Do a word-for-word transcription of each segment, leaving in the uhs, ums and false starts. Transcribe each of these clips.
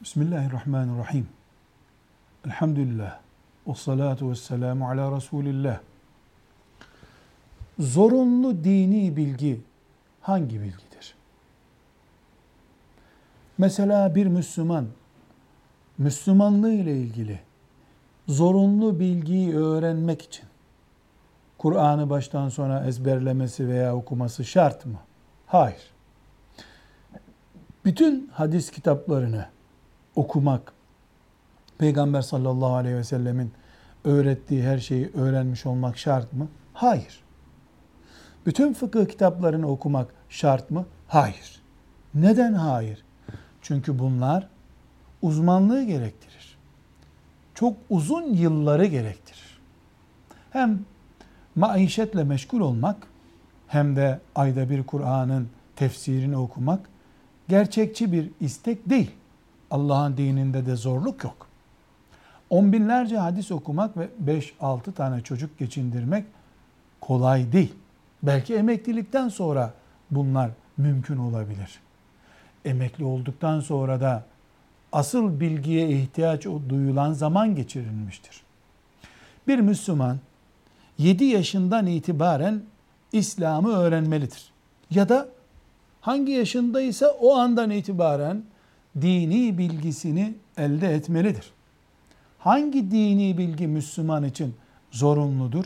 Bismillahirrahmanirrahim. Elhamdülillah. Ve salatu ve selamu ala Resulillah. Zorunlu dini bilgi hangi bilgidir? Mesela bir Müslüman, Müslümanlığı ile ilgili zorunlu bilgiyi öğrenmek için Kur'an'ı baştan sona ezberlemesi veya okuması şart mı? Hayır. Bütün hadis kitaplarını okumak, Peygamber sallallahu aleyhi ve sellemin öğrettiği her şeyi öğrenmiş olmak şart mı? Hayır. Bütün fıkıh kitaplarını okumak şart mı? Hayır. Neden hayır? Çünkü bunlar uzmanlığı gerektirir. Çok uzun yılları gerektirir. Hem maişetle meşgul olmak hem de ayda bir Kur'an'ın tefsirini okumak gerçekçi bir istek değil. Allah'ın dininde de zorluk yok. On binlerce hadis okumak ve beş altı tane çocuk geçindirmek kolay değil. Belki emeklilikten sonra bunlar mümkün olabilir. Emekli olduktan sonra da asıl bilgiye ihtiyaç duyulan zaman geçirilmiştir. Bir Müslüman yedi yaşından itibaren İslam'ı öğrenmelidir. Ya da hangi yaşındaysa o andan itibaren dini bilgisini elde etmelidir. Hangi dini bilgi Müslüman için zorunludur?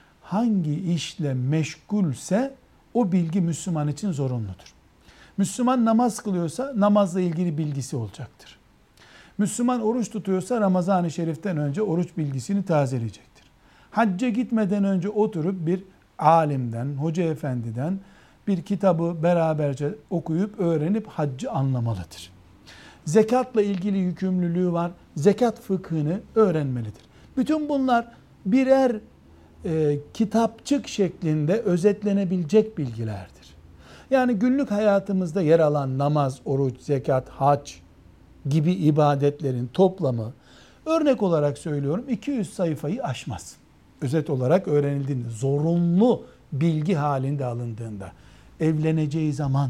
Hangi işle meşgulse o bilgi Müslüman için zorunludur. Müslüman namaz kılıyorsa namazla ilgili bilgisi olacaktır. Müslüman oruç tutuyorsa Ramazan-ı Şerif'ten önce oruç bilgisini tazeleyecektir. Hacca gitmeden önce oturup bir alimden, hoca efendiden bir kitabı beraberce okuyup öğrenip haccı anlamalıdır. Zekatla ilgili yükümlülüğü var. Zekat fıkhını öğrenmelidir. Bütün bunlar birer e, kitapçık şeklinde özetlenebilecek bilgilerdir. Yani günlük hayatımızda yer alan namaz, oruç, zekat, hac gibi ibadetlerin toplamı, örnek olarak söylüyorum, iki yüz sayfayı aşmaz. Özet olarak öğrenildiğinde, zorunlu bilgi halinde alındığında, evleneceği zaman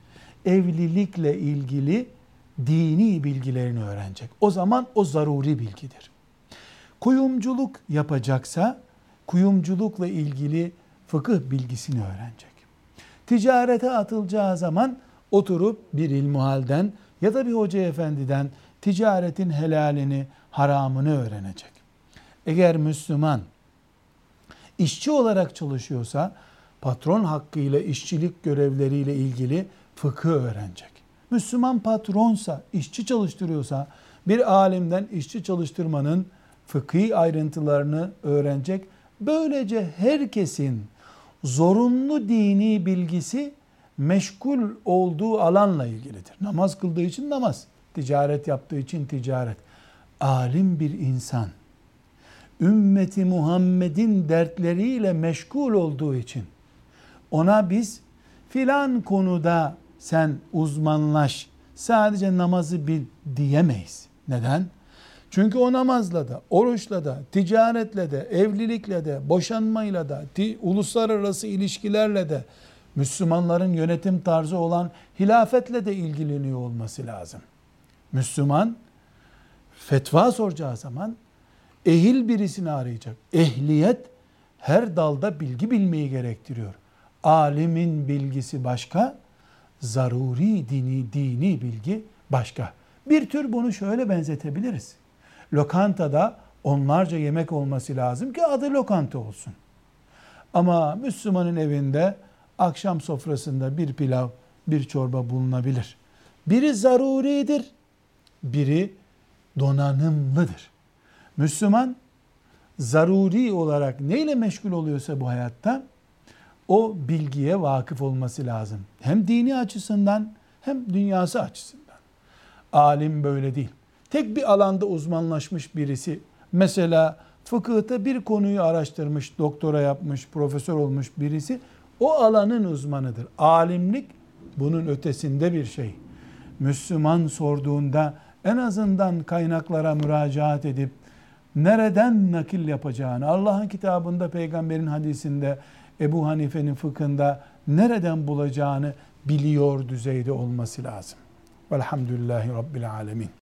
evlilikle ilgili dini bilgilerini öğrenecek. O zaman o zaruri bilgidir. Kuyumculuk yapacaksa kuyumculukla ilgili fıkıh bilgisini öğrenecek. Ticarete atılacağı zaman oturup bir ilmuhalden ya da bir hoca efendiden ticaretin helalini, haramını öğrenecek. Eğer Müslüman işçi olarak çalışıyorsa patron hakkıyla işçilik görevleriyle ilgili fıkıh öğrenecek. Müslüman patronsa, işçi çalıştırıyorsa bir alimden işçi çalıştırmanın fıkhi ayrıntılarını öğrenecek. Böylece herkesin zorunlu dini bilgisi meşgul olduğu alanla ilgilidir. Namaz kıldığı için namaz, ticaret yaptığı için ticaret. Alim bir insan, ümmeti Muhammed'in dertleriyle meşgul olduğu için ona biz filan konuda sen uzmanlaş, sadece namazı bil diyemeyiz. Neden? Çünkü o namazla da, oruçla da, ticaretle de, evlilikle de, boşanmayla da, uluslararası ilişkilerle de, Müslümanların yönetim tarzı olan hilafetle de ilgileniyor olması lazım. Müslüman fetva soracağı zaman ehil birisini arayacak. Ehliyet her dalda bilgi bilmeyi gerektiriyor. Alimin bilgisi başka, zaruri dini, dini bilgi başka. Bir tür bunu şöyle benzetebiliriz. Lokantada onlarca yemek olması lazım ki adı lokanta olsun. Ama Müslümanın evinde akşam sofrasında bir pilav, bir çorba bulunabilir. Biri zaruridir, biri donanımlıdır. Müslüman zaruri olarak neyle meşgul oluyorsa bu hayatta o bilgiye vakıf olması lazım. Hem dini açısından hem dünyası açısından. Alim böyle değil. Tek bir alanda uzmanlaşmış birisi, mesela fıkıhta bir konuyu araştırmış, doktora yapmış, profesör olmuş birisi, o alanın uzmanıdır. Alimlik bunun ötesinde bir şey. Müslüman sorduğunda en azından kaynaklara müracaat edip nereden nakil yapacağını, Allah'ın kitabında, peygamberin hadisinde, Ebu Hanife'nin fıkhında nereden bulacağını biliyor düzeyde olması lazım. Velhamdülillahi Rabbil alemin.